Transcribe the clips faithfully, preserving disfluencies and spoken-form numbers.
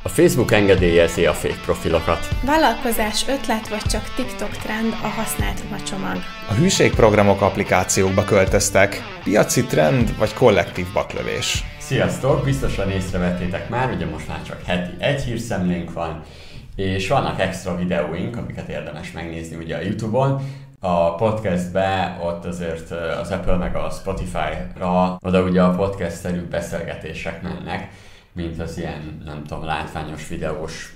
A Facebook engedélyezi a fake profilokat. Vállalkozás ötlet vagy csak TikTok trend a használt ruhacsomag. A hűségprogramok applikációkba költöztek. Piaci trend vagy kollektív baklövés. Sziasztok! Biztosan észrevettétek már, ugye most már csak heti egy hírszemlénk van, és vannak extra videóink, amiket érdemes megnézni ugye a YouTube-on. A podcastbe ott azért az Apple meg a Spotify-ra oda ugye a podcast-szerű beszélgetések mennek, mint az ilyen, nem tudom, látványos videós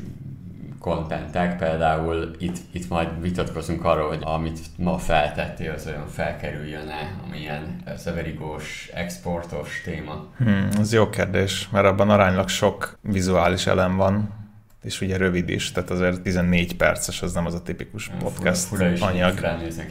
kontentek. Például itt, itt majd vitatkozunk arról, hogy amit ma feltettél, az olyan felkerüljön-e, amilyen zeverigós, exportos téma. Hmm, ez jó kérdés, mert abban aránylag sok vizuális elem van, és ugye rövid is, tehát azért tizennégy perces, az nem az a tipikus podcast fura, fura anyag.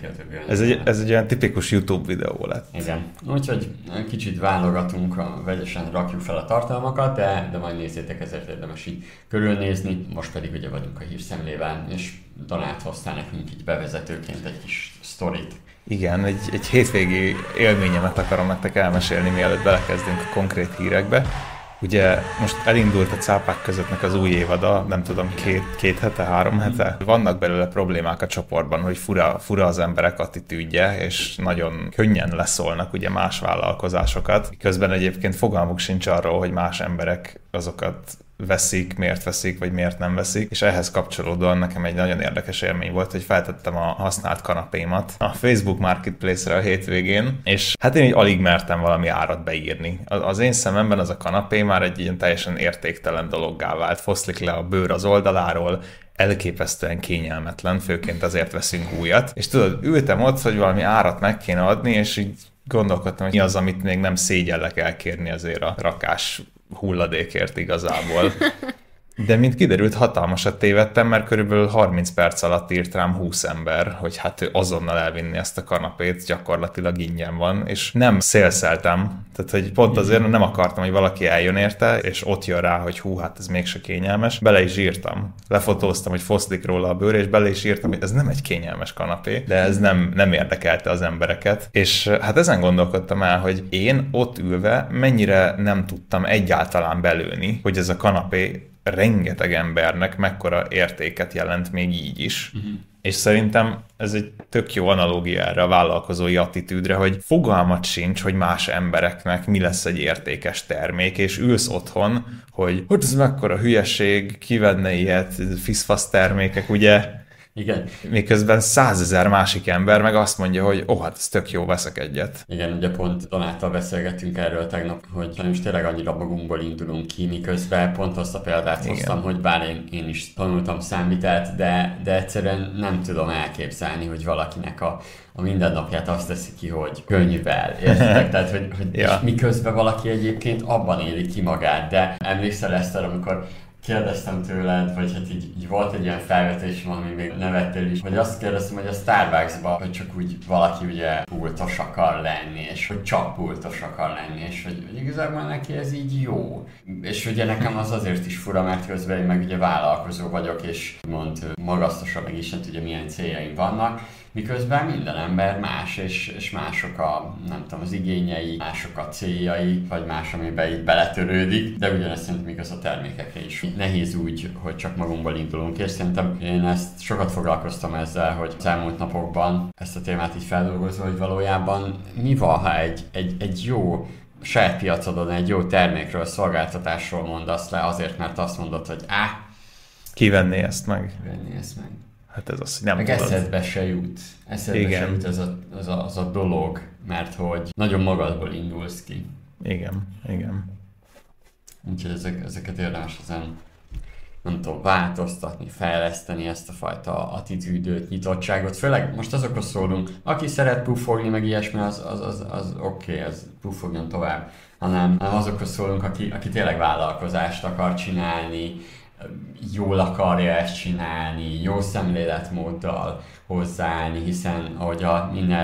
Ez egy, ez egy olyan tipikus YouTube videó lett. Igen, úgyhogy kicsit válogatunk, vegyesen rakjuk fel a tartalmakat, de, de majd nézzétek, ezért érdemes így körülnézni. Most pedig ugye vagyunk a hírszemlével, és Donát hoztál nekünk így bevezetőként egy kis sztorit. Igen, egy, egy hétvégi élményemet akarom nektek elmesélni, mielőtt belekezdünk a konkrét hírekbe. Ugye most elindult a cápák közöttnek az új évada, nem tudom, két, két hete, három hete. Vannak belőle problémák a csoportban, hogy fura, fura az emberek attitűdje, és nagyon könnyen leszólnak ugye más vállalkozásokat. Közben egyébként fogalmuk sincs arról, hogy más emberek azokat veszik, miért veszik, vagy miért nem veszik, és ehhez kapcsolódóan nekem egy nagyon érdekes élmény volt, hogy feltettem a használt kanapémat a Facebook Marketplace-re a hétvégén, és hát én így alig mertem valami árat beírni. Az én szememben az a kanapé már egy ilyen teljesen értéktelen dologgá vált, foszlik le a bőr az oldaláról, elképesztően kényelmetlen, főként azért veszünk újat, és tudod, ültem ott, hogy valami árat meg kéne adni, és így gondolkodtam, hogy mi az, amit még nem szégyellek elkérni azért a rakás hulladékért igazából. De mint kiderült, hatalmasat tévedtem, mert körülbelül harminc perc alatt írt rám húsz ember, hogy hát ő azonnal elvinni ezt a kanapét, gyakorlatilag ingyen van, és nem szélszeltem. Tehát, hogy pont azért nem akartam, hogy valaki eljön érte, és ott jön rá, hogy hú, hát ez mégse kényelmes. Bele is írtam. Lefotóztam, hogy foszlik róla a bőr, és bele is írtam, hogy ez nem egy kényelmes kanapé, de ez nem, nem érdekelte az embereket. És hát ezen gondolkodtam el, hogy én ott ülve mennyire nem tudtam egyáltalán belőni, hogy ez a kanapé rengeteg embernek mekkora értéket jelent még így is. Uh-huh. És szerintem ez egy tök jó analógia erre a vállalkozói attitűdre, hogy fogalmat sincs, hogy más embereknek mi lesz egy értékes termék, és ülsz otthon, hogy hogy ez mekkora hülyeség, kivenne ilyet, fiszfasz termékek, ugye? Igen. Miközben százezer másik ember meg azt mondja, hogy ó, oh, hát ez tök jó, veszek egyet. Igen, ugye pont Donáttal beszélgettünk erről tegnap, hogy most tényleg annyira magunkból indulunk ki, miközben pont azt a példát Igen. hoztam, hogy bár én, én is tanultam számvitelt, de, de egyszerűen nem tudom elképzelni, hogy valakinek a, a mindennapját azt teszi ki, hogy könnyűvel, értitek? Tehát, hogy, hogy ja. És miközben valaki egyébként abban éli ki magát, de emlékszel Eszter, amikor kérdeztem tőled, vagy hát így, így volt egy ilyen felvetésem, ami még nevettél is, hogy azt kérdeztem, hogy a Starbucksban, hogy csak úgy valaki ugye pultos akar lenni, és hogy csak pultos akar lenni, és hogy, hogy igazából neki ez így jó. És ugye nekem az azért is fura, mert közben én meg ugye vállalkozó vagyok, és mond magasztosabb, meg is nem tudja milyen céljaim vannak, miközben minden ember más, és, és mások a, nem tudom, az igényei, mások a céljai, vagy más, amiben így beletörődik, de ugyanezt szerintem igaz a termékekre is. Nehéz úgy, hogy csak magunkból indulunk, és szerintem én ezt sokat foglalkoztam ezzel, hogy az elmúlt napokban ezt a témát így feldolgozva, hogy valójában mi van, ha egy, egy, egy jó saját piacodon egy jó termékről, szolgáltatásról mondasz le, azért, mert azt mondod, hogy áh, kivenné ezt meg. Kivenné ezt meg. Hát ez az, hogy nem meg tudod. Eszedbe se jut. Eszedbe Igen. se jut ez a, az, a, az a dolog, mert hogy nagyon magadból indulsz ki. Igen, igen. Úgyhogy ezek, ezeket érdemes ezen, nem tudom, változtatni, fejleszteni ezt a fajta attitűdöt, nyitottságot. Főleg most azokhoz szólunk, aki szeret puffogni, meg ilyesmi, az, az, az, az oké, okay, az puffogjon tovább. Hanem, hanem azokhoz szólunk, aki, aki tényleg vállalkozást akar csinálni, jól akarja ezt csinálni, jó szemléletmóddal hozzáállni, hiszen ahogy a minden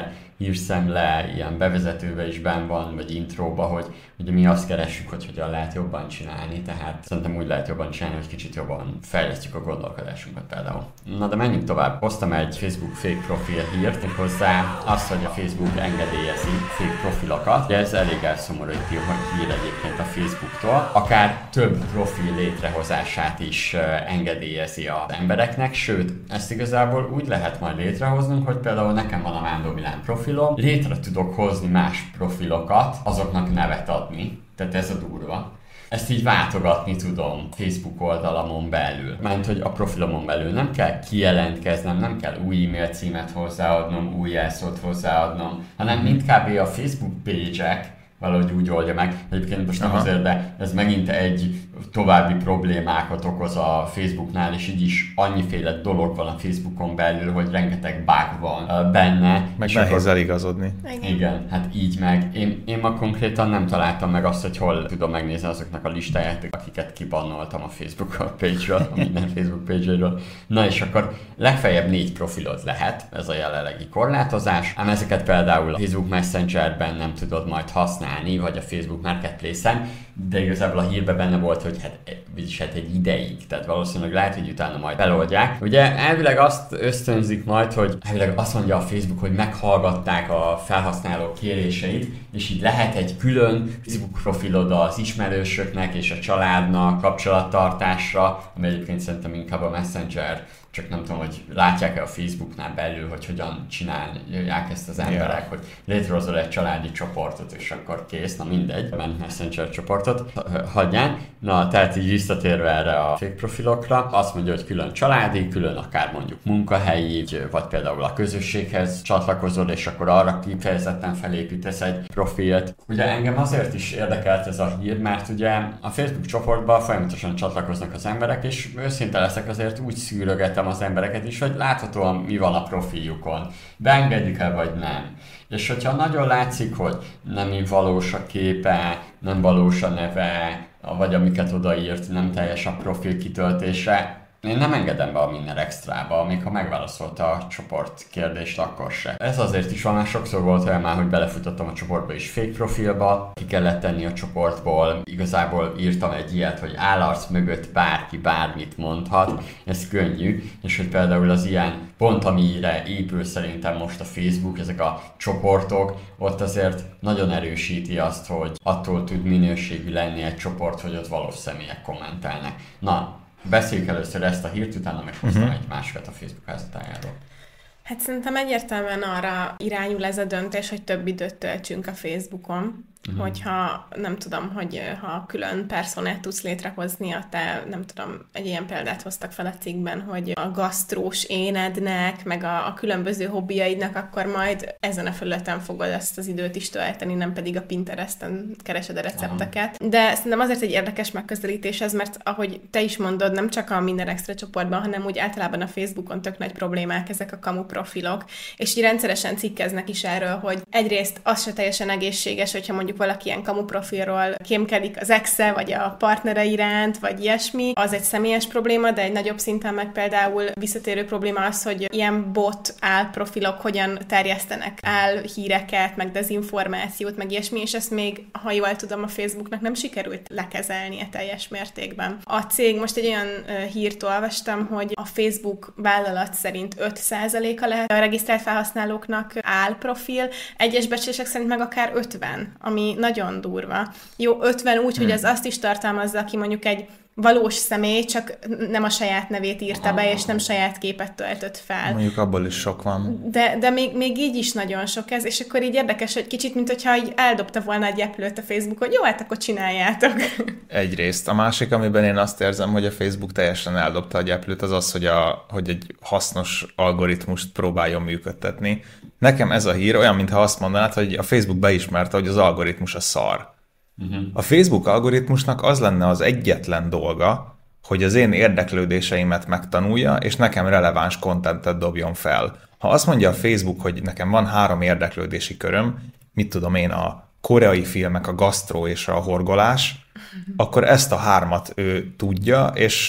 hírszemle, ilyen bevezetőbe is benn van, vagy intróba, hogy ugye mi azt keressük, hogy hogyan lehet jobban csinálni, tehát szerintem úgy lehet jobban csinálni, hogy kicsit jobban fejlesztjük a gondolkodásunkat például. Na de menjünk tovább. Hoztam egy Facebook fake profil hírt, hozzá azt, hogy a Facebook engedélyezi fake profilokat. Ugye ez elég elszomorító hír egyébként a Facebooktól. Akár több profil létrehozását is engedélyezi az embereknek, sőt, ezt igazából úgy lehet majd létrehoznunk, hogy például nekem van a Mándor Milán profilom, létre tudok hozni más profilokat, azoknak nevet adni, tehát ez a durva. Ezt így váltogatni tudom Facebook oldalamon belül. Mert hogy a profilomon belül nem kell kijelentkeznem, nem kell új e-mail címet hozzáadnom, új jelszót hozzáadnom, hanem mind kb. A Facebook page-ek valahogy úgy oldja meg. Egyébként most nem azért, de ez megint egy további problémákat okoz a Facebooknál, és így is annyiféle dolog van a Facebookon belül, hogy rengeteg bug van benne. Meg nehéz eligazodni. Igen. Igen, hát így meg. Én, én ma konkrétan nem találtam meg azt, hogy hol tudom megnézni azoknak a listáját, akiket kibannoltam a Facebook page-ről, a minden Facebook page-ről. Na és akkor legfeljebb négy profilod lehet, ez a jelenlegi korlátozás, ám ezeket például a Facebook Messengerben nem tudod majd használni, vagy a Facebook Marketplace-en, de igazából a hírben benne volt, hogy hát, vagyis hát egy ideig, tehát valószínűleg lehet, hogy utána majd feloldják. Ugye elvileg azt ösztönzik majd, hogy elvileg azt mondja a Facebook, hogy meghallgatták a felhasználók kéréseit, és így lehet egy külön Facebook profilod az ismerősöknek és a családnak kapcsolattartásra, ami egyébként szerintem inkább a Messenger, csak nem tudom, hogy látják-e a Facebooknál belül, hogy hogyan csinálják ezt az emberek, yeah. hogy létrehozol egy családi csoportot, és akkor kész, na mindegy, ment Messenger csoportot, hagyján. Na, tehát így visszatérve erre a fake profilokra, azt mondja, hogy külön családi, külön akár mondjuk munkahelyi, vagy például a közösséghez csatlakozol, és akkor arra kifejezetten felépítesz egy profilt. Ugye engem azért is érdekelt ez a hír, mert ugye a Facebook csoportban folyamatosan csatlakoznak az emberek, és őszinte leszek, azért úgy szűrögetem az embereket is, hogy láthatóan mi van a profiljukon. Beengedjük el, vagy nem. És hogyha nagyon látszik, hogy nem valós a képe, nem valós a neve, vagy amiket odaírt, nem teljes a profil kitöltése, én nem engedem be a minden extrába, még ha megválaszolta a csoport kérdést, akkor se. Ez azért is van, mert sokszor volt olyan már, hogy belefutottam a csoportba is fake profilba, ki kellett tenni a csoportból, igazából írtam egy ilyet, hogy állarc mögött bárki bármit mondhat, ez könnyű, és hogy például az ilyen pont amire épül szerintem most a Facebook, ezek a csoportok, ott azért nagyon erősíti azt, hogy attól tud minőségű lenni egy csoport, hogy ott valós személyek kommentelnek. Na, beszéljük először ezt a hírt, utána meghoztam uh-huh. egy másikat a Facebook házatájáról. Hát szerintem egyértelműen arra irányul ez a döntés, hogy több időt töltsünk a Facebookon. Uh-huh. Hogyha nem tudom, hogy ha külön personát tudsz létrehozni, a te, nem tudom, egy ilyen példát hoztak fel a cikkben, hogy a gasztrós énednek, meg a, a különböző hobbiaidnak, akkor majd ezen a felületen fogod ezt az időt is tölteni, nem pedig a Pinteresten keresed a recepteket. Uh-huh. De szerintem azért egy érdekes megközelítés ez, mert ahogy te is mondod, nem csak a Minden Extra csoportban, hanem úgy általában a Facebookon tök nagy problémák ezek a kamu profilok, és így rendszeresen cikkeznek is erről, hogy egyrészt az se teljesen egészséges, hogyha mondjuk valaki ilyen kamu profilról kémkedik az exe, vagy a partnere iránt, vagy ilyesmi, az egy személyes probléma, de egy nagyobb szinten meg például visszatérő probléma az, hogy ilyen bot álprofilok hogyan terjesztenek álhíreket, meg dezinformációt, meg ilyesmi, és ezt még, ha jól tudom, a Facebooknak nem sikerült lekezelnie teljes mértékben. A cég, most egy olyan uh, hírt olvastam, hogy a Facebook vállalat szerint öt százaléka lehet a regisztrált felhasználóknak álprofil, egyes becslések szerint meg akár ötven, ami nagyon durva. Jó, ötven úgy, hmm. hogy az azt is tartalmazza, aki mondjuk egy valós személy, csak nem a saját nevét írta be, és nem saját képet töltött fel. Mondjuk abból is sok van. De, de még, még így is nagyon sok ez, és akkor így érdekes, hogy kicsit, mint hogyha így eldobta volna egy gyeplőt a Facebook, hogy jó, hát akkor csináljátok. Egyrészt. A másik, amiben én azt érzem, hogy a Facebook teljesen eldobta a gyeplőt, az az, hogy, a, hogy egy hasznos algoritmust próbáljon működtetni. Nekem ez a hír olyan, mintha azt mondanád, hogy a Facebook beismerte, hogy az algoritmus a szar. Uh-huh. A Facebook algoritmusnak az lenne az egyetlen dolga, hogy az én érdeklődéseimet megtanulja, és nekem releváns contentet dobjon fel. Ha azt mondja a Facebook, hogy nekem van három érdeklődési köröm, mit tudom én, a koreai filmek, a gasztró és a horgolás, uh-huh. akkor ezt a hármat ő tudja, és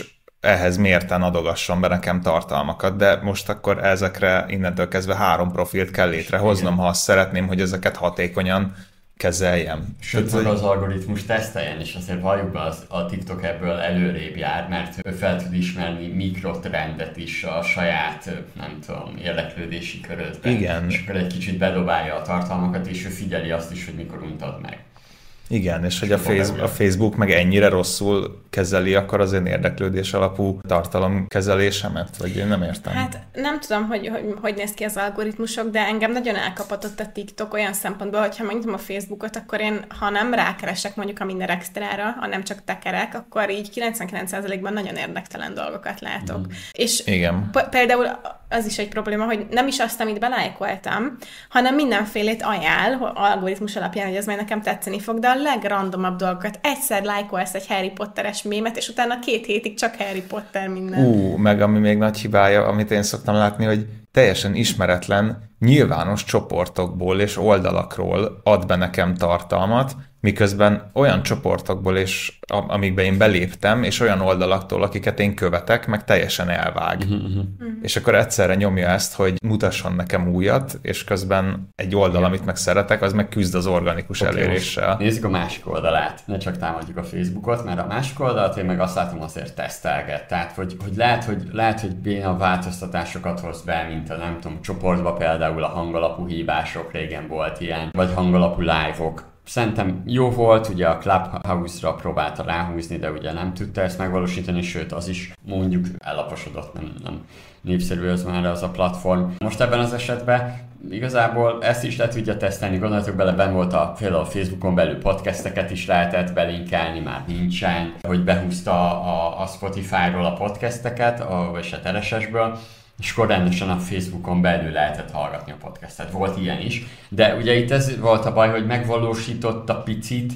ehhez mérten adogasson be nekem tartalmakat, de most akkor ezekre innentől kezdve három profilt kell létrehoznom, ha azt szeretném, hogy ezeket hatékonyan kezeljem. Sőt, maga az algoritmus teszteljen, és azért valljuk be, az, a TikTok ebből előrébb jár, mert ő fel tud ismerni mikrotrendet is a saját, nem tudom, érdeklődési körödben. Igen. És akkor egy kicsit bedobálja a tartalmakat, és ő figyeli azt is, hogy mikor untad meg. Igen, és hogy a Facebook, a Facebook meg ennyire rosszul kezeli, akkor az én érdeklődés alapú tartalomkezelésemet, vagy én nem értem. Hát nem tudom, hogy, hogy hogy néz ki az algoritmusok, de engem nagyon elkapatott a TikTok olyan szempontból, hogyha megnyitom a Facebookot, akkor én, ha nem rákeresek mondjuk a minden extrára, hanem csak tekerek, akkor így kilencvenkilenc százalékban nagyon érdektelen dolgokat látok. Mm. És igen. P- például az is egy probléma, hogy nem is azt, amit belájkoltam, hanem mindenfélét ajánl, algoritmus alapján, hogy ez majd nekem tetszeni fog, de a legrandomabb dolgokat. Egyszer lájkolsz egy Harry Potteres mémet, és utána két hétig csak Harry Potter minden. Ú, meg ami még nagy hibája, amit én szoktam látni, hogy teljesen ismeretlen, nyilvános csoportokból és oldalakról ad be nekem tartalmat, miközben olyan csoportokból, és amikbe én beléptem, és olyan oldalaktól, akiket én követek, meg teljesen elvág. Uh-huh. Uh-huh. És akkor egyszerre nyomja ezt, hogy mutasson nekem újat, és közben egy oldal, yeah. amit meg szeretek, az meg küzd az organikus okay, eléréssel. Nézzük a másik oldalát, ne csak támadjuk a Facebookot, mert a másik oldalt én meg azt látom, azért tesztelget. Tehát, hogy, hogy lehet, hogy, lehet, hogy béna változtatásokat hoz be, mint a nem tudom, csoportba például a hangalapú hívások, régen volt ilyen, vagy hangalapú live-ok. Szerintem jó volt, ugye a Clubhouse-ra próbálta ráhúzni, de ugye nem tudta ezt megvalósítani, sőt az is mondjuk ellaposodott, nem, nem népszerű az már az a platform. Most ebben az esetben igazából ezt is le tudja tesztelni, gondoljatok bele, benn volt a, például a Facebookon belül podcasteket is lehetett belinkelni, már nincsen, hogy behúzta a, a Spotify-ról a podcasteket, a, vagy a er es es-ből, és akkor rendesen a Facebookon belül lehetett hallgatni a podcastet. Volt ilyen is. De ugye itt ez volt a baj, hogy megvalósította picit,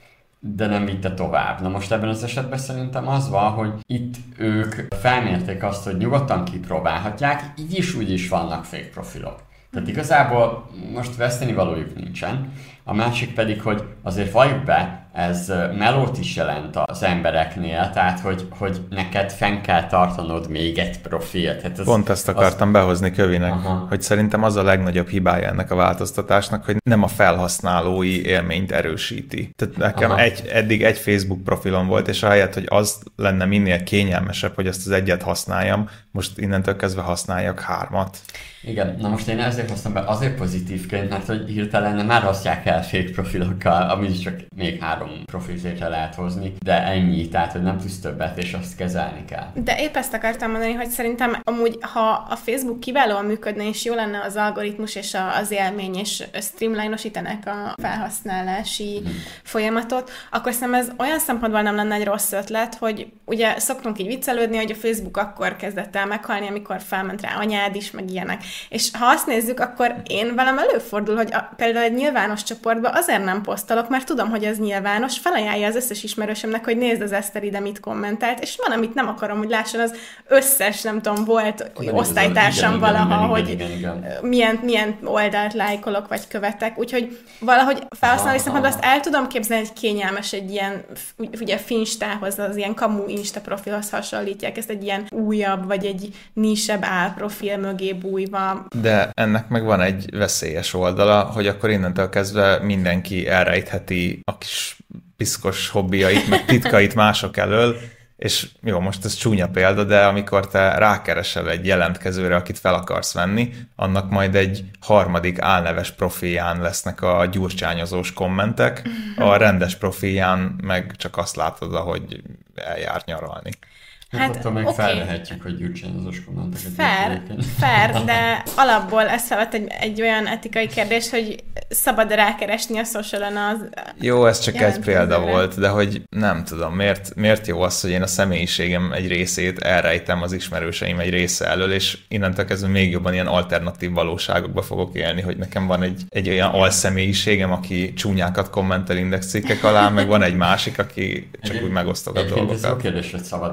de nem vitte tovább. Na most ebben az esetben szerintem az van, hogy itt ők felmérték azt, hogy nyugodtan kipróbálhatják, így is úgy is vannak fake profilok. Tehát igazából most veszteni valójuk nincsen. A másik pedig, hogy azért valljuk be, ez melót is jelent az embereknél, tehát hogy, hogy neked fenn kell tartanod még egy profilt. Hát ez, Pont ezt akartam az... behozni Kövinek, aha. hogy szerintem az a legnagyobb hibája ennek a változtatásnak, hogy nem a felhasználói élményt erősíti. Tehát nekem egy, eddig egy Facebook profilom volt, és ahelyett, hogy az lenne minél kényelmesebb, hogy azt az egyet használjam, most innentől kezdve használjak hármat. Igen, na most én ezért hoztam be azért pozitívként, mert hogy hirtelen már hozják el fake profilokkal, amit csak még három profilzétre lehet hozni, de ennyi, tehát hogy nem tudsz többet, és azt kezelni kell. De épp ezt akartam mondani, hogy szerintem amúgy, ha a Facebook kiválóan működne, és jó lenne az algoritmus és az élmény, és streamline-osítanak a felhasználási hmm. folyamatot, akkor szerintem ez olyan szempontból nem lenne egy rossz ötlet, hogy ugye szoktunk így viccelődni, hogy a Facebook akkor kezdett el meghalni, amikor felment rá anyád is, meg ilyenek. És ha azt nézzük, akkor én velem előfordul, hogy a, például egy nyilvános csoportba azért nem posztolok, mert tudom, hogy ez nyilvános, felajánlja az összes ismerősömnek, hogy nézd az Eszter ide mit kommentált, és van, amit nem akarom, hogy lásson az összes, nem tudom, volt igen, osztálytársam igen, valaha, igen, hogy igen, igen, igen. Milyen, milyen oldalt lájkolok, vagy követek, úgyhogy valahogy felhasználni szempontból azt el tudom képzelni, hogy kényelmes egy ilyen, ugye Finstához, az ilyen kamu Insta profilhoz hasonlítják, ezt egy ilyen újabb, vagy egy nisebb álprofil mögé bújva. De ennek meg van egy veszélyes oldala, hogy akkor innentől kezdve mindenki elrejtheti a kis piszkos hobbiait, meg titkait mások elől, és jó, most ez csúnya példa, de amikor te rákeresel egy jelentkezőre, akit fel akarsz venni, annak majd egy harmadik álneves profilján lesznek a gyurcsányozós kommentek, a rendes profilján meg csak azt látod, ahogy eljár nyaralni. Hát, attól meg okay. felvehetjük, hogy gyurcsányozós kommenteket. Fair, fair, de alapból ez felvett egy, egy olyan etikai kérdés, hogy szabad rákeresni a socialon az... Jó, ez csak egy példa volt, de hogy nem tudom, miért, miért jó az, hogy én a személyiségem egy részét elrejtem az ismerőseim egy része elől, és innentől kezdve még jobban ilyen alternatív valóságokba fogok élni, hogy nekem van egy, egy olyan alszemélyiségem, aki csúnyákat kommentel indexcikkek alá, meg van egy másik, aki csak egy, úgy megosztogat dolgokat. Ez jó kérdés, hogy szabad rákeresni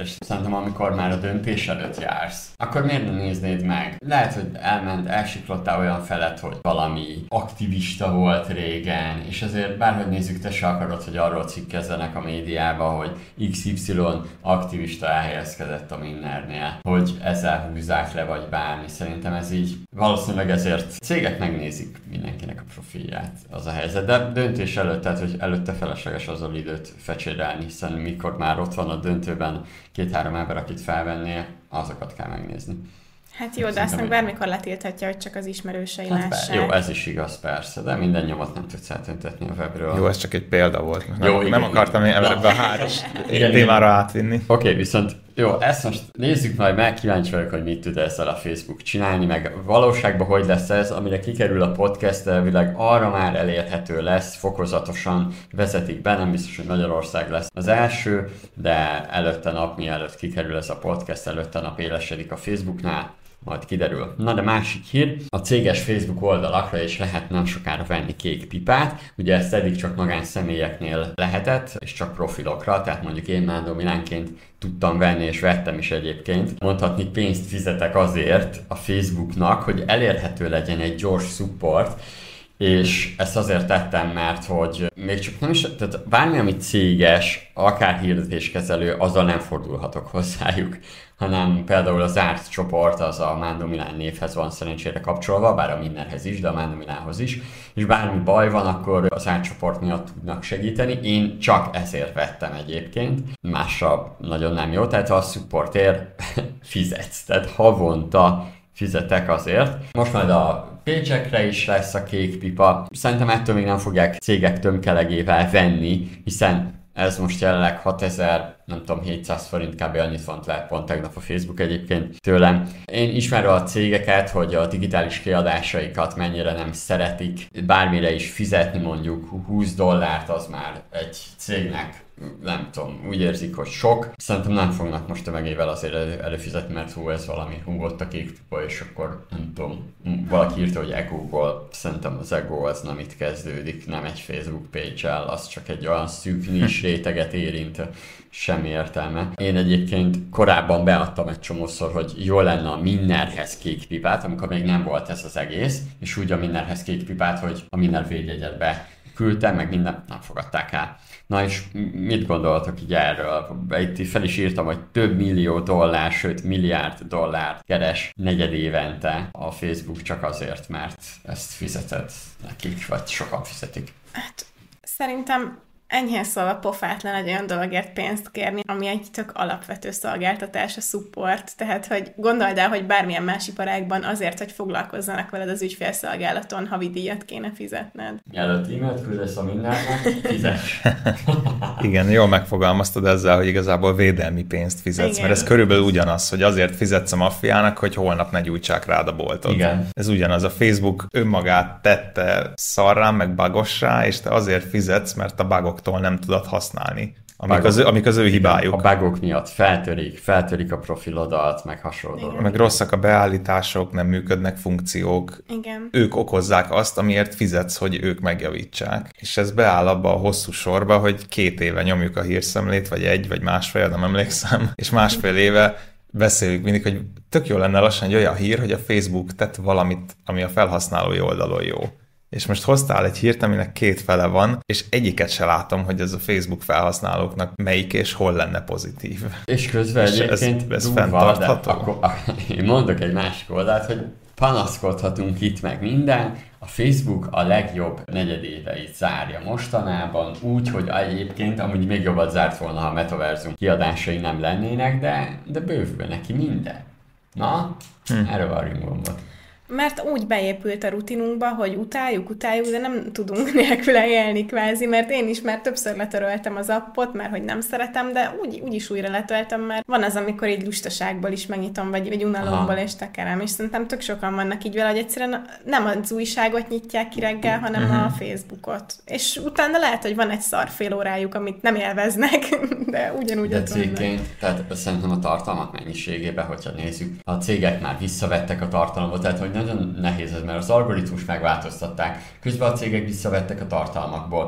És szerintem amikor már a döntés előtt jársz, akkor miért nem néznéd meg? Lehet, hogy elment, elsiklottál olyan felett, hogy valami aktivista volt régen, és azért bárhogy nézzük, te se akarod, hogy arról cikkezzenek a médiába, hogy iksz ipszilon aktivista elhelyezkedett a Minnernél, hogy ezzel húzzák le, vagy bármi. Szerintem ez így valószínűleg ezért cégek megnézik mindenkinek a profilját, az a helyzet. De döntés előtt, tehát hogy előtte felesleges azzal időt fecsérelni, hiszen mikor már ott van a döntőben két-három ember, akit felvennél, azokat kell megnézni. Hát jó, de azt meg bármikor letilthatja, hogy csak az ismerősei hát lássák. Jó, ez is igaz persze, de minden nyomot nem tudsz eltüntetni a webről. Jó, ez csak egy példa volt. Jó, nem, igen, nem akartam én ebbe a háros igen, témára átvinni. Oké, okay, viszont jó, ezt most nézzük majd meg, kíváncsi vagyok, hogy mit tud ezzel a Facebook csinálni, meg valóságban hogy lesz ez, amire kikerül a podcast, elvileg arra már elérhető lesz, fokozatosan vezetik be, nem biztos, hogy Magyarország lesz az első, de előtte nap, mielőtt kikerül ez a podcast, előtte nap élesedik a Facebooknál, majd kiderül. Na de másik hír, a céges Facebook oldalakra is lehet nem sokára venni kék pipát, ugye ezt eddig csak magánszemélyeknél lehetett, és csak profilokra, tehát mondjuk én Mándor Milánként tudtam venni, és vettem is egyébként. Mondhatni, pénzt fizetek azért a Facebooknak, hogy elérhető legyen egy gyors support, és ezt azért tettem, mert hogy még csak nem is, tehát bármi, ami céges, akár hirdetéskezelő, azzal nem fordulhatok hozzájuk, hanem például a zárt csoport az a Mándor Milán névhez van szerencsére kapcsolva, bár a Minnerhez is, de a Mándor Milánhoz is, és bármi baj van, akkor a zárt csoport miatt tudnak segíteni. Én csak ezért vettem egyébként, másra nagyon nem jó, tehát a supportért fizetsz, tehát havonta fizetek azért. Most majd a page-ekre is lesz a kék pipa. Szerintem ettől még nem fogják cégek tömkelegével venni, hiszen ez most jelenleg hatezer, nem tudom, hétszáz forint, kb. Annyit vont le pont tegnap a Facebook egyébként tőlem. Én ismerem a cégeket, hogy a digitális kiadásaikat mennyire nem szeretik, bármire is fizetni mondjuk húsz dollárt, az már egy cégnek, nem tudom, úgy érzik, hogy sok. Szerintem nem fognak most tömegével azért elő, előfizetni, mert hú, ez valami hú, ott a kék pipa, és akkor nem tudom, valaki írta, hogy Ego-ból. Szerintem az Ego az nem itt kezdődik, nem egy Facebook page-el, az csak egy olyan szűk nis réteget érint, semmi értelme. Én egyébként korábban beadtam egy csomószor, hogy jó lenne a Minnerhez kék pipát, amikor még nem volt ez az egész, és úgy a Minnerhez kék pipát, hogy a Minner védjegyet be küldtem, meg minden nem fogadták el. Na és mit gondoltok így erről? Itt fel is írtam, hogy több millió dollár, sőt milliárd dollár keres negyed évente a Facebook csak azért, mert ezt fizetett nekik, vagy sokan fizetik. Hát szerintem enyhén szólva pofátlan egy olyan dologért pénzt kérni, ami egy tök alapvető szolgáltatás, a support. Tehát, hogy gondold el, hogy bármilyen más iparágban azért, hogy foglalkozzanak veled az ügyfélszolgálaton, havidíjat kéne fizetned. Mielőtt e-mailt küldesz a Minnernek, fizes. Igen, jól megfogalmaztad ezzel, hogy igazából védelmi pénzt fizetsz, igen. Mert ez körülbelül ugyanaz, hogy azért fizetsz a maffiának, hogy holnap ne gyújtsák rád a boltot. Igen. Ez ugyanaz, a Facebook önmagát tette szarrá, meg bugossá, és te azért fizetsz, mert a bugok nem tudod használni, amik, bugok, az, amik az ő hibájuk. A bugok miatt feltörik, feltörik a profilodat, meg hasonló. Meg rosszak a beállítások, nem működnek funkciók. Igen. Ők okozzák azt, amiért fizetsz, hogy ők megjavítsák. És ez beáll abba a hosszú sorba, hogy két éve nyomjuk a hírszemlét, vagy egy, vagy másfél, nem emlékszem, és másfél éve beszéljük mindig, hogy tök jó lenne lassan egy olyan hír, hogy a Facebook tett valamit, ami a felhasználói oldalon jó. És most hoztál egy hírt, aminek két fele van, és egyiket se látom, hogy ez a Facebook felhasználóknak melyik és hol lenne pozitív. És közben és egyébként ez, ez fenntartható? Akkor, én mondok egy másik oldalt, hogy panaszkodhatunk itt meg minden, a Facebook a legjobb negyedéveit zárja mostanában, úgy, hogy egyébként amúgy még jobbat zárt volna, ha a metaverzum kiadásai nem lennének, de, de bővül neki minden. Na, hm. erre varjunk gombot. Mert úgy beépült a rutinunkba, hogy utáljuk, utáljuk, de nem tudunk nélküle élni kvázi, mert én is már többször letöröltem az appot, mert hogy nem szeretem, de úgy, úgy is újra letöltem, mert van az, amikor így lustaságból is megnyitom, vagy, vagy unalomból és tekerem, és szerintem tök sokan vannak így vele, hogy egyszerűen nem az újságot nyitják ki reggel, hanem uh-huh. a Facebookot. És utána lehet, hogy van egy szar fél órájuk, amit nem élveznek, de ugyanúgy de cégként, tehát szerintem a tartalmak mennyiségében, hogyha nézzük, a cégek már visszavettek a tartalmat, tehát hogy nagyon nehéz ez, mert az algoritmus megváltoztatták, közben a cégek visszavettek a tartalmakból,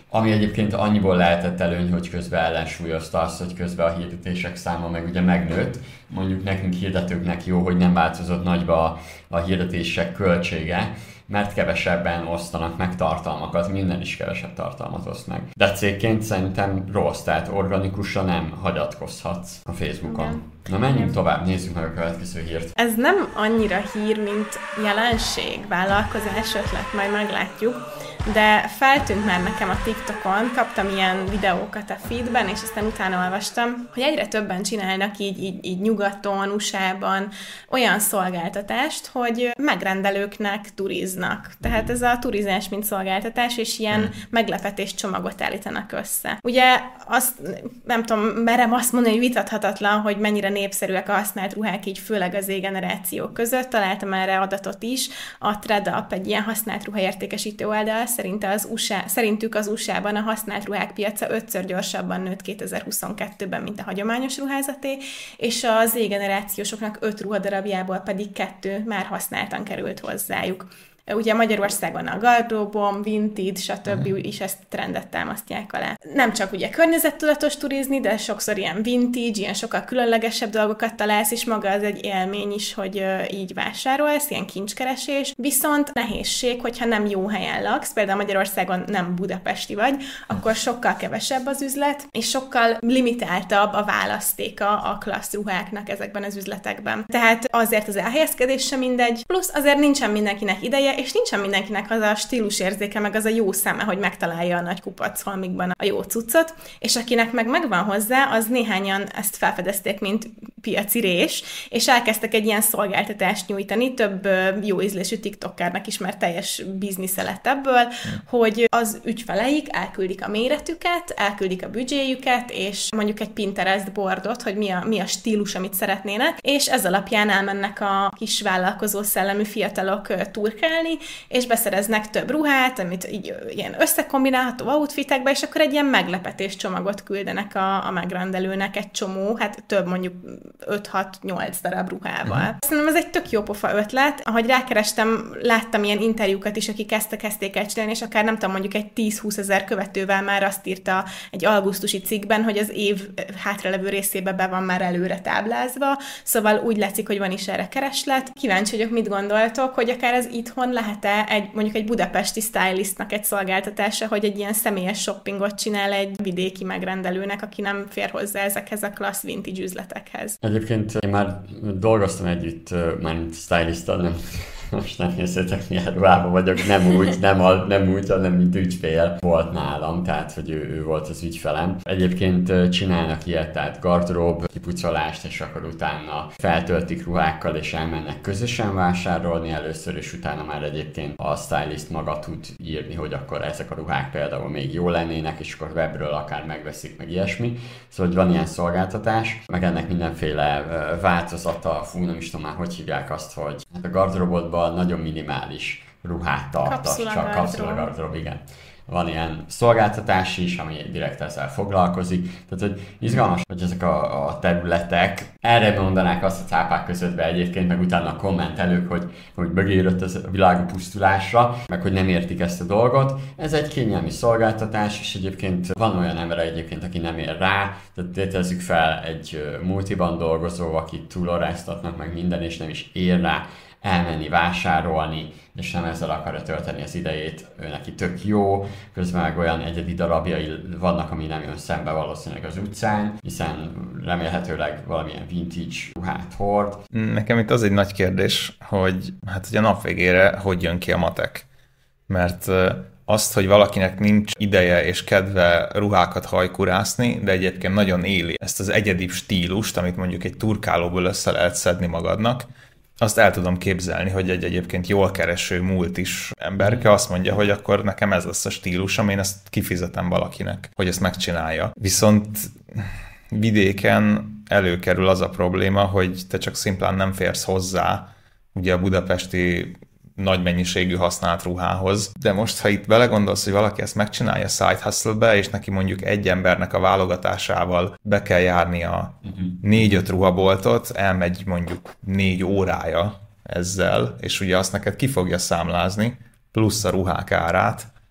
ami egyébként annyiból lehetett előny, hogy közben ellensúlyozta azt, hogy közben a hirdetések száma meg ugye megnőtt. Mondjuk nekünk hirdetőknek jó, hogy nem változott nagyba a hirdetések költsége, mert kevesebben osztanak meg tartalmakat, minden is kevesebb tartalmat oszt meg. De cégként szerintem rossz, tehát organikusan nem hagyatkozhatsz a Facebookon. Igen. Na menjünk tovább, nézzük meg a következő hírt. Ez nem annyira hír, mint jelenség, vállalkozás ötlet, majd meglátjuk, de feltűnt már nekem a TikTokon, kaptam ilyen videókat a feedben, és aztán utána olvastam, hogy egyre többen csinálnak így, így, így nyugaton, u es á-ban olyan szolgáltatást, hogy megrendelőknek turiznak. Tehát ez a turizás, mint szolgáltatás, és ilyen hmm. meglepetés csomagot állítanak össze. Ugye azt, nem tudom, merem azt mondani, hogy vitathatatlan, hogy mennyire népszerűek a használt ruhák, így főleg az Z-generációk között. Találtam erre adatot is. A ThredUp egy ilyen használt ruhaértékesítő oldal, szerint az u es á, szerintük az u es á-ban a használt ruhák piaca ötször gyorsabban nőtt kétezer-huszonkettőben, mint a hagyományos ruházaté, és az Z-generációsoknak öt ruhadarabjából pedig kettő már használtan került hozzájuk. Ugye Magyarországon a gardróbom, vintage, stb. Uh-huh. is ezt trendet támasztják alá. Nem csak ugye környezettudatos turizni, de sokszor ilyen vintage, ilyen sokkal különlegesebb dolgokat találsz, és maga az egy élmény is, hogy uh, így vásárolsz, ilyen kincskeresés. Viszont nehézség, hogyha nem jó helyen laksz, például Magyarországon nem budapesti vagy, akkor sokkal kevesebb az üzlet, és sokkal limitáltabb a választéka a klassz ruháknak ezekben az üzletekben. Tehát azért az elhelyezkedés sem mindegy, plusz azért nincsen mindenkinek ideje, és nincsen mindenkinek az a stílusérzéke, meg az a jó szeme, hogy megtalálja a nagy kupac halmikban a jó cuccot, és akinek meg megvan hozzá, az néhányan ezt felfedezték, mint piaci rés, és elkezdtek egy ilyen szolgáltatást nyújtani, több jó ízlésű TikTokernek is, mert teljes biznisze lett ebből, hmm. hogy az ügyfeleik elküldik a méretüket, elküldik a büdzséjüket, és mondjuk egy Pinterest boardot, hogy mi a, mi a stílus, amit szeretnének, és ez alapján elmennek a kis vállalkozó szellemű fiatalok turkálni, és beszereznek több ruhát, amit így ilyen összekombinálható outfitekbe, és akkor egy ilyen meglepetés csomagot küldenek a, a megrendelőnek egy csomó, hát több mondjuk öt-hat-nyolc darab ruhával. Uh-huh. Szerintem ez egy tök jó pofa ötlet. Ahogy rákerestem, láttam ilyen interjúkat is, akik ezt kezdték el csinálni, és akár nem tudom, mondjuk egy tíz-húsz ezer követővel már azt írta egy augusztusi cikkben, hogy az év hátralevő részébe be van már előre táblázva, szóval úgy látszik, hogy van is erre kereslet. Kíváncsi vagyok, mit gondoltok, hogy akár ez itthon lehet-e egy, mondjuk egy budapesti stylistnak egy szolgáltatása, hogy egy ilyen személyes shoppingot csinál egy vidéki megrendelőnek, aki nem fér hozzá ezekhez a klassz vintage üzletekhez. Egyébként én már dolgoztam együtt, már stylisttal, nem most nem érszétek, milyen ruhában vagyok, nem úgy, nem, a, nem úgy, hanem mint ügyfél volt nálam, tehát hogy ő, ő volt az ügyfelem. Egyébként csinálnak ilyet, tehát gardrób, kipucolást, és akkor utána feltöltik ruhákkal, és elmennek közösen vásárolni először, és utána már egyébként a stylist maga tud írni, hogy akkor ezek a ruhák például még jó lennének, és akkor webről akár megveszik, meg ilyesmi. Szóval, hogy van ilyen szolgáltatás, meg ennek mindenféle változata, fú, nem is tudom már, hogy hívják azt, hogy hát a gardróbodban nagyon minimális ruhát tartasz, csak kapszulagardrób, igen. Van ilyen szolgáltatás is, ami direkt ezzel foglalkozik. Tehát, hogy izgalmas, hogy ezek a, a területek erre mondanák azt a cápák közöttbe egyébként, meg utána a kommentelők, hogy, hogy megérett ez a világ pusztulásra, meg hogy nem értik ezt a dolgot. Ez egy kényelmi szolgáltatás, és egyébként van olyan ember egyébként, aki nem ér rá, tehát tételezzük fel egy multiban dolgozó, akit túloráztatnak meg minden, és nem is ér rá elmenni vásárolni, és nem ezzel akarja tölteni az idejét, ő neki tök jó, közben meg olyan egyedi darabjai vannak, ami nem jön szembe valószínűleg az utcán, hiszen remélhetőleg valamilyen vintage ruhát hord. Nekem itt az egy nagy kérdés, hogy hát ugye a nap végére hogy jön ki a matek, mert azt, hogy valakinek nincs ideje és kedve ruhákat hajkurászni, de egyébként nagyon éli ezt az egyedi stílust, amit mondjuk egy turkálóból össze lehet szedni magadnak, azt el tudom képzelni, hogy egy egyébként jól kereső multis emberke azt mondja, hogy akkor nekem ez lesz a stílusom, én ezt kifizetem valakinek, hogy ezt megcsinálja. Viszont vidéken előkerül az a probléma, hogy te csak szimplán nem férsz hozzá ugye a budapesti nagy mennyiségű használt ruhához. De most, ha itt belegondolsz, hogy valaki ezt megcsinálja side hustle-be, és neki mondjuk egy embernek a válogatásával be kell járni a négy-öt ruhaboltot, elmegy mondjuk négy órája ezzel, és ugye azt neked ki fogja számlázni, plusz a ruhák árát,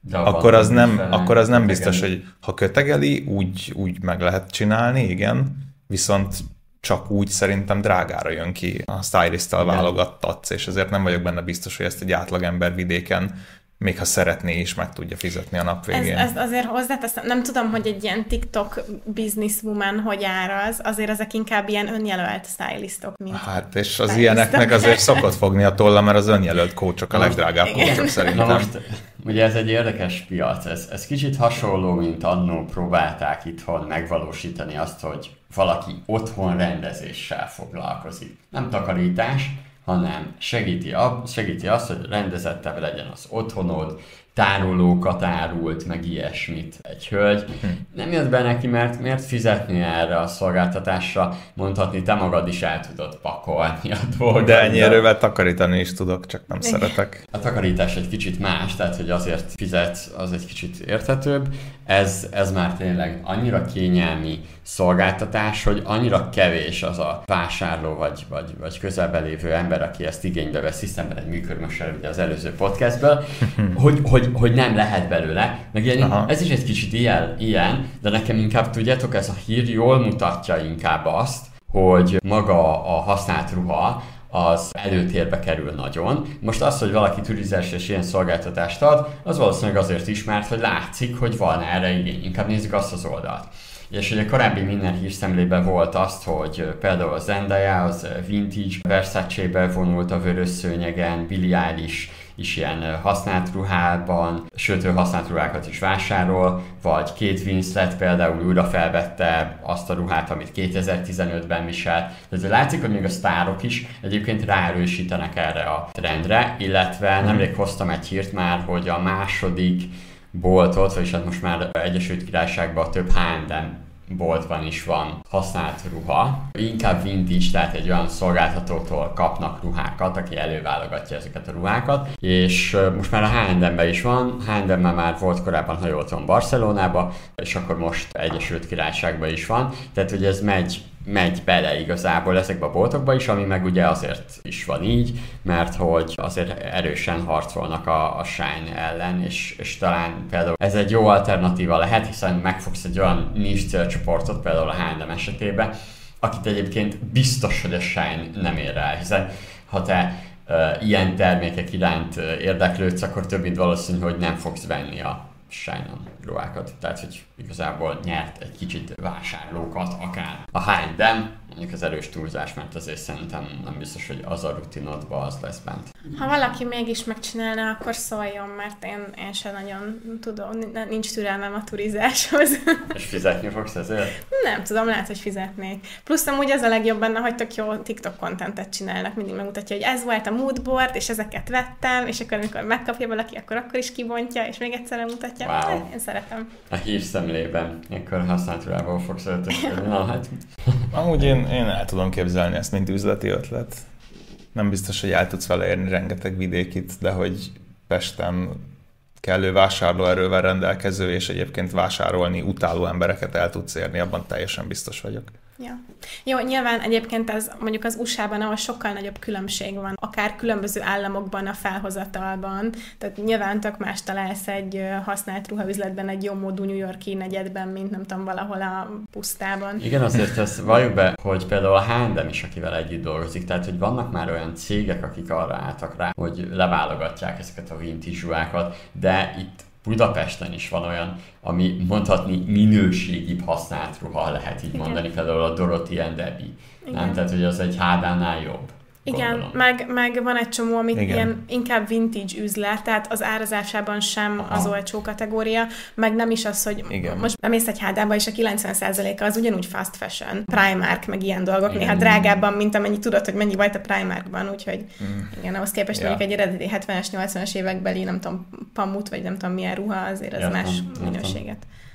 akkor az nem, akkor az nem biztos, hogy ha kötegeli, úgy, úgy meg lehet csinálni, igen, viszont csak úgy szerintem drágára jön ki. A stylisttal válogattatsz, és ezért nem vagyok benne biztos, hogy ezt egy átlagember vidéken, még ha szeretné is, meg tudja fizetni a nap végén. Ez, ez azért hozzáteszem, nem tudom, hogy egy ilyen TikTok businesswoman hogy áraz, azért ezek inkább ilyen önjelölt stylistok, mint Hát, és az stylistok. Ilyeneknek azért szokott fogni a tolla, mert az önjelölt coachok a legdrágább coachok szerintem. Na most, ugye ez egy érdekes piac, ez, ez kicsit hasonló, mint annó próbálták itthon megvalósítani azt, hogy valaki otthon rendezéssel foglalkozik. Nem takarítás, hanem segíti, segíti azt, hogy rendezettebb legyen az otthonod, tárolókat árult, meg ilyesmit egy hölgy. Nem jött be neki, mert miért fizetni erre a szolgáltatásra, mondhatni, te magad is el tudod pakolni a dolgot. De ennyi erővel takarítani is tudok, csak nem szeretek. A takarítás egy kicsit más, tehát hogy azért fizetsz, az egy kicsit érthetőbb. Ez, ez már tényleg annyira kényelmi szolgáltatás, hogy annyira kevés az a vásárló vagy, vagy, vagy közelben lévő ember, aki ezt igénybe veszi, szemben egy műkörmössel ugye az előző podcastből, hogy, hogy, hogy nem lehet belőle. Meg ilyen, ez is egy kicsit ilyen, ilyen, de nekem inkább tudjátok, ez a hír jól mutatja inkább azt, hogy maga a használt ruha az előtérbe kerül nagyon. Most az, hogy valaki turizás és ilyen szolgáltatást ad, az valószínűleg azért is, mert hogy látszik, hogy van erre igény. Inkább nézzük azt az oldalt. És ugye korábbi minden hírszemlében volt azt, hogy például a Zendaya, az vintage Versace-be vonult a vörös szőnyegen, Billie Eilish is ilyen használt ruhában, sőt, ő használt ruhákat is vásárol, vagy Kate Winslet például újra felvette azt a ruhát, amit kétezer-tizenötben viselt. Tehát látszik, hogy még a sztárok is egyébként ráerősítenek erre a trendre, illetve nemrég hoztam egy hírt már, hogy a második boltot, vagyis hát most már Egyesült Királyságban több há és em boltban is van használt ruha. Inkább vintage, tehát egy olyan szolgáltatótól kapnak ruhákat, aki előválogatja ezeket a ruhákat, és most már a há és em-ben is van, há és em-ben már volt korábban, ha jól tudom, Barcelonában, és akkor most Egyesült Királyságban is van, tehát hogy ez megy megy bele igazából ezekbe a boltokba is, ami meg ugye azért is van így, mert hogy azért erősen harcolnak a, a Shine ellen, és, és talán például ez egy jó alternatíva lehet, hiszen megfogsz egy olyan niche célcsoportot, például a há és em esetében, akit egyébként biztos, hogy a Shine nem ér el, hiszen ha te uh, ilyen termékek iránt uh, érdeklődsz, akkor több mint valószínű, hogy nem fogsz venni a Shine-on ruhákat. Tehát, hogy igazából nyert egy kicsit vásárlókat, akár a há és em, mondjuk az erős túlzás, mert azért szerintem nem biztos, hogy az a rutinodban az lesz bent. Ha valaki mégis megcsinálna, akkor szóljon, mert én, én sem nagyon tudom, nincs türelmem a turizáshoz. És fizetni fogsz ezért? Nem tudom, lehet, hogy fizetnék. Plusz amúgy az a legjobb benne, hogy tök jó TikTok contentet csinálnak, mindig megmutatja, hogy ez volt a moodboard, és ezeket vettem, és akkor amikor megkapja valaki, akkor akkor is kibontja, és még egyszer mutatja. Wow. Én szeretem. A hírszemlében, akkor használt ruhából fogsz öltözni. Na hát. Amúgy én, én el tudom képzelni ezt, mint üzleti ötlet. Nem biztos, hogy el tudsz vele érni rengeteg vidékit, de hogy Pesten kellő vásárlóerővel rendelkező, és egyébként vásárolni utáló embereket el tudsz érni, abban teljesen biztos vagyok. Ja. Jó, nyilván egyébként ez mondjuk az u es á-ban, ahol sokkal nagyobb különbség van, akár különböző államokban a felhozatalban, tehát nyilván tök más találsz egy használt ruhaüzletben, egy jó módú New York-i negyedben, mint nem tudom, valahol a pusztában. Igen, azért ezt valljuk be, hogy például a há és em is, akivel együtt dolgozik, tehát hogy vannak már olyan cégek, akik arra álltak rá, hogy leválogatják ezeket a vintage ruhákat, de itt Budapesten is van olyan, ami mondhatni minőségibb használt ruha, lehet így Igen. mondani, például a Dorothy and Debbie. Igen. Nem? Tehát, hogy az egy há és em-nál jobb. Igen, meg, meg van egy csomó, amit Igen. ilyen inkább vintage üzlet, tehát az árazásában sem Aha. az olcsó kategória, meg nem is az, hogy Igen. most bemész egy há és em-ba, és a kilencven százaléka az ugyanúgy fast fashion, Primark, meg ilyen dolgok, igen. néha drágábban, mint amennyi tudod, hogy mennyi volt a Primarkban, úgyhogy mm. igen, ahhoz képest ja. mondjuk egy eredeti hetvenes, nyolcvanas évekbeli, nem tudom, pamut, vagy nem tudom milyen ruha, azért az Értem. más minőséget.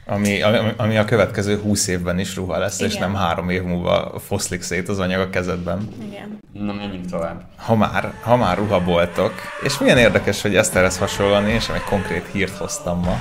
Ami, ami, ami a következő húsz évben is ruha lesz, igen. És nem három év múlva foszlik szét az anyag a kezedben. Igen. Na, menjünk tovább. Ha már, ha már ruhaboltok, és milyen érdekes, hogy Eszterhez hasonlóan én sem egy konkrét hírt hoztam ma,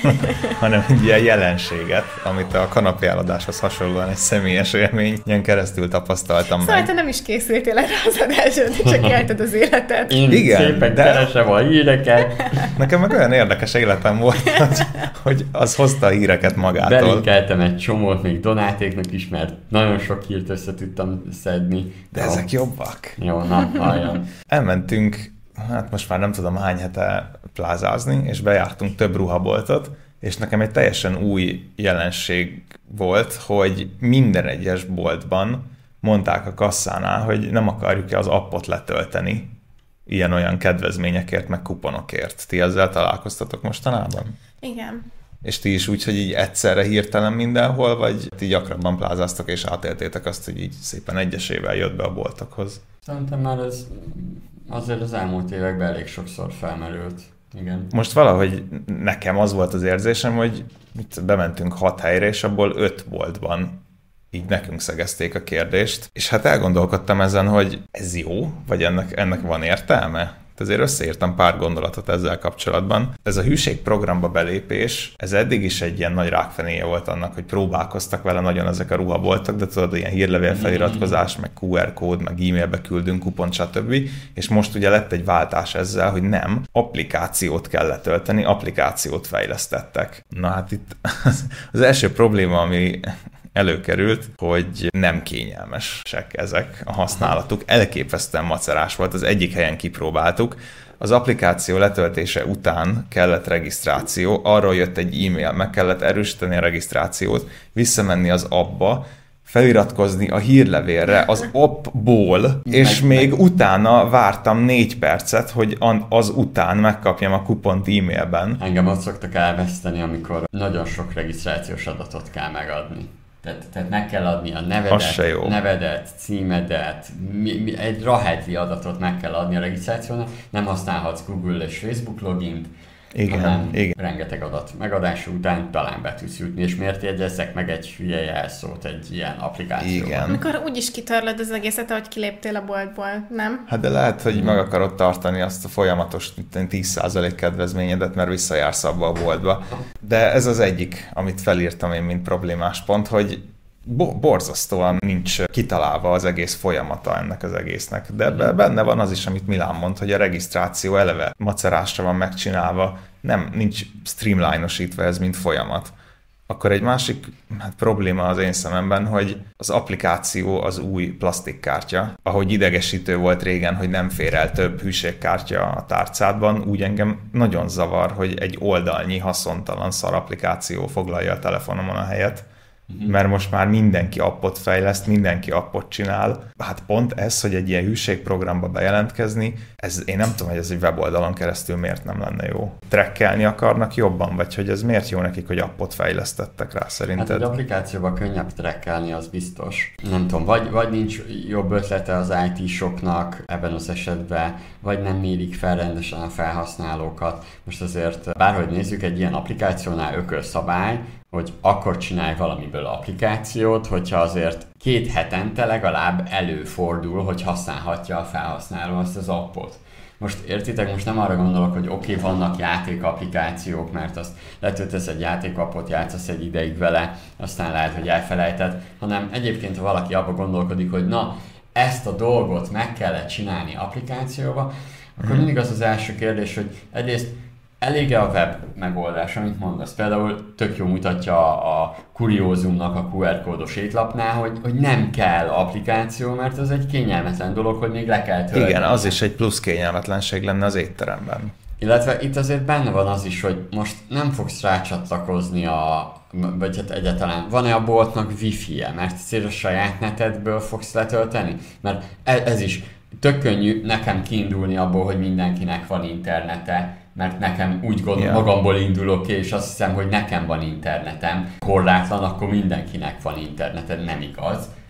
hanem egy ilyen jelenséget, amit a kanapéeladáshoz hasonlóan egy személyes élményen keresztül tapasztaltam szóval meg. Szóval te nem is készültél erre az adásra, csak élted az életet. Én igen, szépen de... keresem a híreket. Nekem meg olyan érdekes életem volt, hogy, hogy az hozta a híreket magától. Belinkeltem egy csomót még Donátéknak is, mert nagyon sok hírt össze tudtam szedni. De ja. Ezek jobbak. Jó, na, halljam. Elmentünk, hát most már nem tudom hány hete plázázni, és bejártunk több ruhaboltot, és nekem egy teljesen új jelenség volt, hogy minden egyes boltban mondták a kasszánál, hogy nem akarjuk-e az appot letölteni ilyen-olyan kedvezményekért, meg kuponokért. Ti ezzel találkoztatok mostanában? Igen. És ti is úgy, hogy így egyszerre hirtelen mindenhol, vagy ti gyakrabban plázáztok és átéltétek azt, hogy így szépen egyesével jött be a boltokhoz? Szerintem már ez azért az elmúlt években elég sokszor felmerült. Igen. Most valahogy nekem az volt az érzésem, hogy bementünk hat helyre, és abból öt boltban így nekünk szegezték a kérdést, és hát elgondolkodtam ezen, hogy ez jó, vagy ennek, ennek van értelme? Azért összeírtam pár gondolatot ezzel kapcsolatban. Ez a hűségprogramba belépés, ez eddig is egy ilyen nagy rákfenéje volt annak, hogy próbálkoztak vele nagyon ezek a ruhaboltok, de tudod, ilyen hírlevél feliratkozás, meg kú er kód, meg e-mailbe küldünk kupont, stb. És most ugye lett egy váltás ezzel, hogy nem, applikációt kell letölteni, applikációt fejlesztettek. Na hát itt az első probléma, ami előkerült, hogy nem kényelmesek ezek a használatuk. Elképesztően macerás volt, az egyik helyen kipróbáltuk. Az applikáció letöltése után kellett regisztráció, arról jött egy e-mail, meg kellett erősíteni a regisztrációt, visszamenni az appba, feliratkozni a hírlevélre az appból, és meg, még meg. utána vártam négy percet, hogy az után megkapjam a kupont e-mailben. Engem ott szoktak elveszteni, amikor nagyon sok regisztrációs adatot kell megadni. Tehát, tehát meg kell adni a nevedet, nevedet, címedet, mi, mi, egy rahedli adatot meg kell adni a regisztrációnak, nem használhatsz Google és Facebook logint, igen, hanem igen. rengeteg adat megadása után talán be tudsz jutni, és miért jegyezzek meg egy hülye jelszót egy ilyen applikációban. Igen. Amikor úgyis kitörlöd az egészet, ahogy kiléptél a boltból, nem? Hát de lehet, hogy meg akarod tartani azt a folyamatos tíz százalék kedvezményedet, mert visszajársz abba a boltba. De ez az egyik, amit felírtam én, mint problémás pont, hogy bo- borzasztóan nincs kitalálva az egész folyamata ennek az egésznek. De benne van az is, amit Milán mond, hogy a regisztráció eleve macerásra van megcsinálva, nem, nincs streamline-osítva ez, mint folyamat. Akkor egy másik hát, probléma az én szememben, hogy az applikáció az új plastikkártya. Ahogy idegesítő volt régen, hogy nem fér el több hűségkártya a tárcádban, úgy engem nagyon zavar, hogy egy oldalnyi haszontalan szar applikáció foglalja a telefonomon a helyet. Mert most már mindenki appot fejleszt, mindenki appot csinál. Hát pont ez, hogy egy ilyen hűségprogramba bejelentkezni, ez, én nem tudom, hogy ez egy weboldalon keresztül miért nem lenne jó. Trekkelni akarnak jobban, vagy hogy ez miért jó nekik, hogy appot fejlesztettek rá szerinted? Hát egy applikációban könnyebb trekkelni, az biztos. Nem tudom, vagy, vagy nincs jobb ötlete az i té-soknak ebben az esetben, vagy nem mérik fel rendesen a felhasználókat. Most azért bárhogy nézzük, egy ilyen applikációnál ökölszabály, hogy akkor csinálj valamiből applikációt, hogyha azért két hetente legalább előfordul, hogy használhatja a felhasználó azt az appot. Most értitek, most nem arra gondolok, hogy oké, okay, vannak játékapplikációk, mert azt letöltesz egy játékappot, játszasz egy ideig vele, aztán lehet, hogy elfelejted, hanem egyébként, ha valaki abba gondolkodik, hogy na, ezt a dolgot meg kellett csinálni applikációba, akkor mindig az az első kérdés, hogy egyrészt elég-e a web megoldás, amit mondasz? Például tök jó mutatja a kuriózumnak a kú er kódos étlapnál, hogy, hogy nem kell applikáció, mert az egy kényelmetlen dolog, hogy még le kell tölteni. Igen, az is egy plusz kényelmetlenség lenne az étteremben. Illetve itt azért benne van az is, hogy most nem fogsz rácsatlakozni a... vagy hát egyáltalán van-e a boltnak wifi-je, mert a saját netedből fogsz letölteni? Mert ez, ez is tök könnyű nekem kiindulni abból, hogy mindenkinek van internete, mert nekem úgy gondolom, yeah. magamból indulok ki, és azt hiszem, hogy nekem van internetem. Korlátlan, akkor mindenkinek van internete, nem igaz.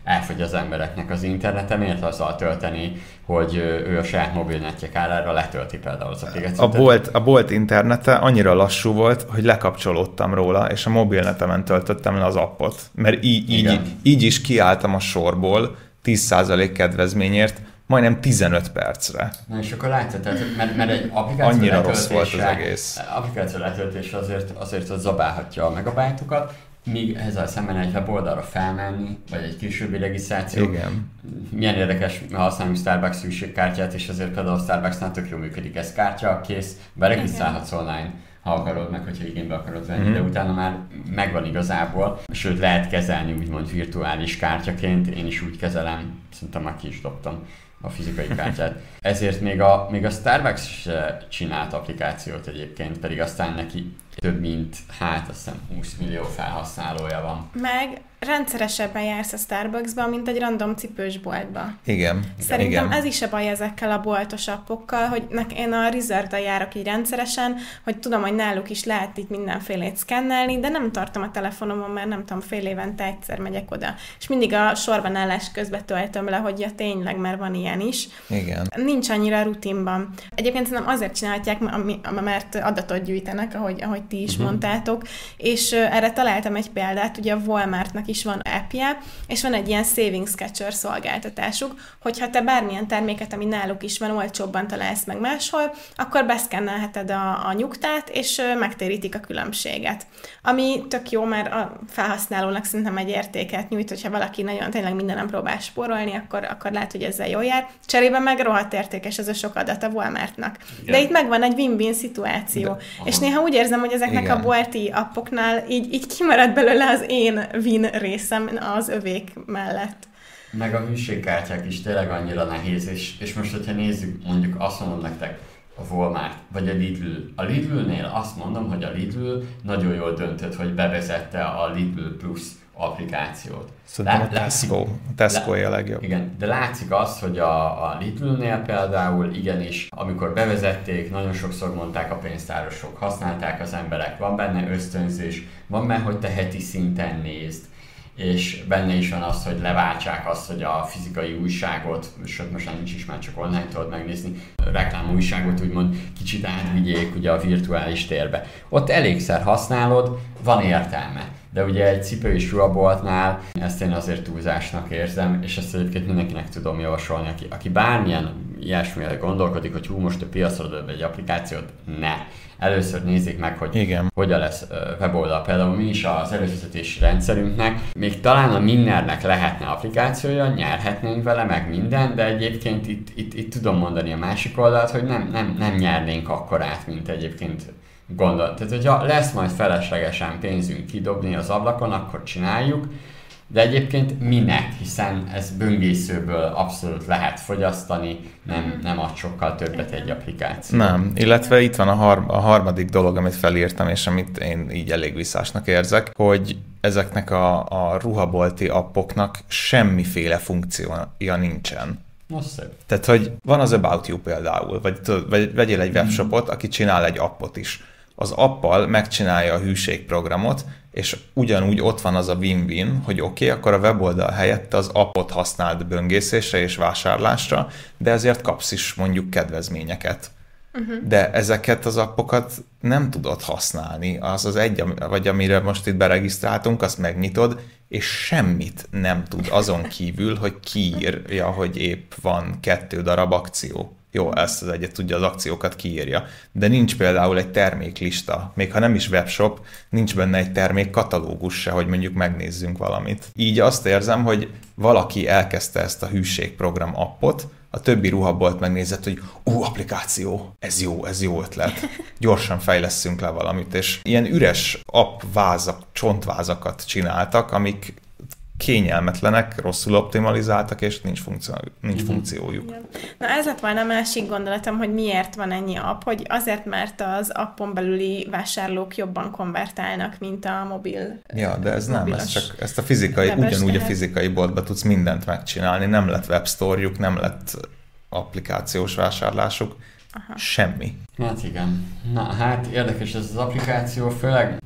elfogy az embereknek az interneten, miért azzal tölteni, hogy ő a saját mobilnetje kárára letölti például az applikációt. A bolt, a bolt internete annyira lassú volt, hogy lekapcsolódtam róla, és a mobilnetemen töltöttem le az appot. Mert így, így, így is kiálltam a sorból tíz százalék kedvezményért, majdnem tizenöt percre. Na és akkor látod, tehát, mert, mert egy applikáció annyira rossz volt az egész. Applikáció letöltése azért, azért az zabálhatja a megabájtokat, míg ezzel szemben egy weboldalra felmenni, vagy egy későbbi regisztráció. Igen. Milyen érdekes, használni Starbucks hűségkártyát, és azért például a Starbucksnál tök jól működik ez kártya, kész, beregisztrálhatsz online, ha akarod meg, hogyha igénybe akarod venni, mm. de utána már megvan igazából, sőt lehet kezelni úgymond virtuális kártyaként, én is úgy kezelem, szerintem már ki is dobtam a fizikai kártyát. Ezért még a, még a Starbucks se csinált applikációt egyébként, pedig aztán neki több mint, hát azt hiszem húsz millió felhasználója van. Meg rendszeresebben jársz a Starbucksba, mint egy random cipős boltba. Igen. Szerintem igen. ez is a baj ezekkel a boltos appokkal, hogy én a Reserve-dal járok így rendszeresen, hogy tudom, hogy náluk is lehet itt mindenfélét szkennelni, de nem tartom a telefonomon, mert nem tudom, fél évente egyszer megyek oda. És mindig a sorban állás közben töltöm le, hogy ja tényleg, mert van ilyen is. Igen. Nincs annyira rutinban. Egyébként szerintem azért csinálhatják, mert adatot gyűjtenek, ahogy, ahogy ti is uh-huh. mondtátok, és erre találtam egy példát, ugye a Walmartnak is van appje, és van egy ilyen savings catcher szolgáltatásuk, hogyha te bármilyen terméket, ami náluk is van, olcsóbban találsz meg máshol, akkor beszkennelheted a, a nyugtát, és megtérítik a különbséget. Ami tök jó, mert a felhasználónak szerintem egy értéket nyújt, hogyha valaki nagyon tényleg mindenem próbál spórolni, akkor, akkor lehet, hogy ezzel jól jár. Cserében meg rohadt értékes ez a sok adat a Walmartnak. De itt megvan egy win-win szituáció. De, és néha úgy érzem, hogy ezeknek igen. a bolti appoknál így, így kimarad belőle az én win részem az övék mellett. Meg a hűségkártyák is tényleg annyira nehéz, és, és most, hogyha nézzük, mondjuk azt mondom nektek, a Walmart, vagy a Lidl. A Lidlnél azt mondom, hogy a Lidl nagyon jól döntött, hogy bevezette a Lidl Plus applikációt. Szerintem a Tesco. A Tesco-ja a legjobb. Igen, de látszik az, hogy a, a Lidlnél például igenis, amikor bevezették, nagyon sokszor mondták a pénztárosok, használták az emberek, van benne ösztönzés, van benne, hogy te heti szinten nézd, és benne is van az, hogy leváltsák azt, hogy a fizikai újságot, sőt most már nincs is, már csak online tudod megnézni, a reklám újságot úgymond kicsit átvigyék ugye a virtuális térbe. Ott elégszer használod, van értelme. De ugye egy cipő és ruhaboltnál ezt én azért túlzásnak érzem, és ezt egyébként mindenkinek tudom javasolni, aki, aki bármilyen ilyesmire gondolkodik, hogy hú, most a piacra dob egy applikációt, ne. Először nézzék meg, hogy igen. hogyan lesz weboldal. Például mi is az előfizetési rendszerünknek, még talán a mindennek lehetne applikációja, nyerhetnénk vele, meg minden, de egyébként itt, itt, itt tudom mondani a másik oldalt, hogy nem, nem, nem nyernénk akkorát, mint egyébként gondol. Tehát, hogyha lesz majd feleslegesen pénzünk kidobni az ablakon, akkor csináljuk, de egyébként minek, hiszen ez böngészőből abszolút lehet fogyasztani, nem, nem ad sokkal többet egy applikáció. Nem, illetve itt van a, har- a harmadik dolog, amit felírtam, és amit én így elég visszásnak érzek, hogy ezeknek a, a ruhabolti appoknak semmiféle funkciója nincsen. Tehát, hogy van az About You például, vagy, vagy vegyél egy webshopot, aki csinál egy appot is. Az appal megcsinálja a hűségprogramot, és ugyanúgy ott van az a win-win, hogy oké, okay, akkor a weboldal helyett az appot használd böngészésre és vásárlásra, de ezért kapsz is mondjuk kedvezményeket. Uh-huh. De ezeket az appokat nem tudod használni. Az az egy, vagy amire most itt beregisztráltunk, azt megnyitod, és semmit nem tud azon kívül, hogy kiírja, hogy épp van kettő darab akció. Jó, ezt az egyet tudja, az akciókat kiírja. De nincs például egy terméklista, még ha nem is webshop, nincs benne egy termékkatalógus se, hogy mondjuk megnézzünk valamit. Így azt érzem, hogy valaki elkezdte ezt a hűségprogram appot, a többi ruhabolt megnézett, hogy ú, applikáció, ez jó, ez jó ötlet. Gyorsan fejlesszünk le valamit, és ilyen üres appvázak, csontvázakat csináltak, amik kényelmetlenek, rosszul optimalizáltak, és nincs, funkció, nincs funkciójuk. Igen. Na ez lett volna a másik gondolatom, hogy miért van ennyi app, hogy azért, mert az appon belüli vásárlók jobban konvertálnak, mint a mobil. Ja, de ez nem, ez csak ezt a fizikai, ugyanúgy a fizikai boltba tudsz mindent megcsinálni, nem lett webstore-juk, nem lett applikációs vásárlásuk, aha. Semmi. Hát igen. Na hát érdekes ez az applikáció, főleg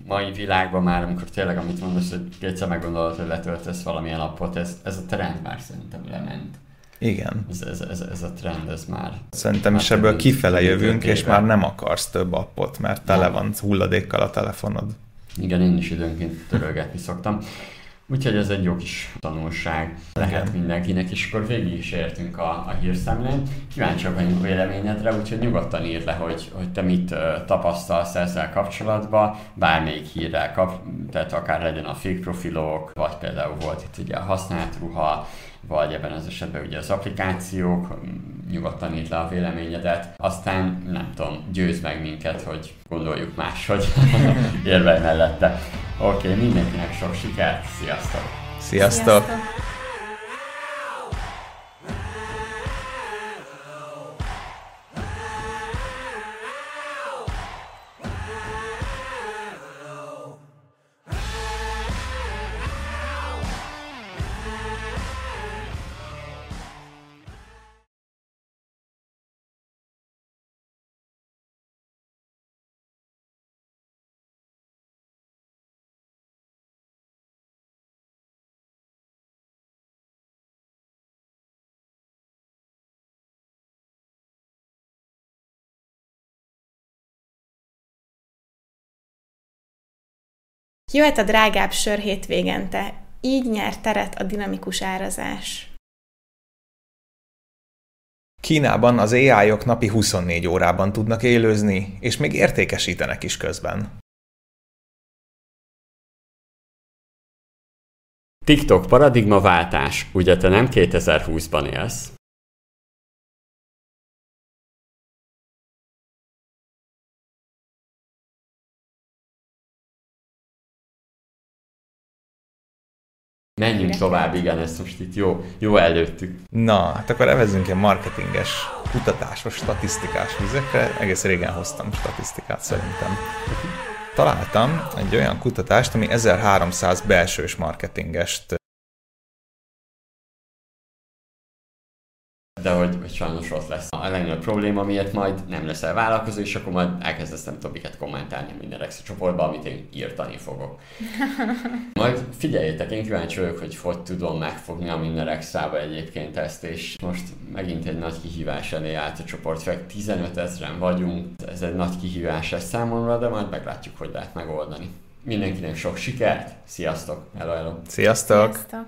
mai világban már, amikor tényleg, amit mondasz, hogy kétszer meggondolod, hogy letöltesz valamilyen appot, ez, ez a trend már szerintem lement. Igen. Ez, ez, ez, ez a trend, ez már... Szerintem is ebből kifele jövünk, és már nem akarsz több appot, mert tele van hulladékkal a telefonod. Igen, én is időnként törölgetni szoktam. Úgyhogy ez egy jó kis tanulság lehet igen. mindenkinek, és akkor végig is értünk a, a hírszemlén. Kíváncsiak vagyunk véleményedre, úgyhogy nyugodtan írd le, hogy, hogy te mit uh, tapasztalsz ezzel kapcsolatban, bármelyik hírrel kap, tehát akár legyen a fake profilok, vagy például volt itt ugye a használt ruha, vagy ebben az esetben ugye az applikációk, nyugodtan írd le a véleményedet, aztán nem tudom, győzd meg minket, hogy gondoljuk máshogy, érvelj mellette. Oké, okay, mindenkinek sok sikert, sziasztok! Sziasztok! Sziasztok. Jöhet a drágább sör hétvégente, így nyer teret a dinamikus árazás. Kínában az á í-ok napi huszonnégy órában tudnak élőzni, és még értékesítenek is közben. TikTok paradigmaváltás, ugye te nem kétezer-húszban élsz? Menjünk tovább, igen, ezt most itt jó, jó előttük. Na, hát akkor evezzünk ilyen marketinges, kutatásos, statisztikás vizekre. Egész régen hoztam statisztikát szerintem. Találtam egy olyan kutatást, ami ezerháromszáz belsős marketingest. De hogy, hogy sajnos ott lesz a legnagyobb probléma, miért majd nem leszel vállalkozó, és akkor majd elkezdesz nem tudom miket kommentálni a minden Extra csoportban, amit én írtani fogok. Majd figyeljétek, én kíváncsi vagyok, hogy hogy tudom megfogni a minden Extra-ba egyébként ezt, és most megint egy nagy kihívás elé állt a csoport, főleg tizenöt ezren vagyunk, ez egy nagy kihívás ez számomra, de majd meglátjuk, hogy lehet megoldani. Mindenkinek sok sikert, sziasztok, hello, hello. Sziasztok! Sziasztok.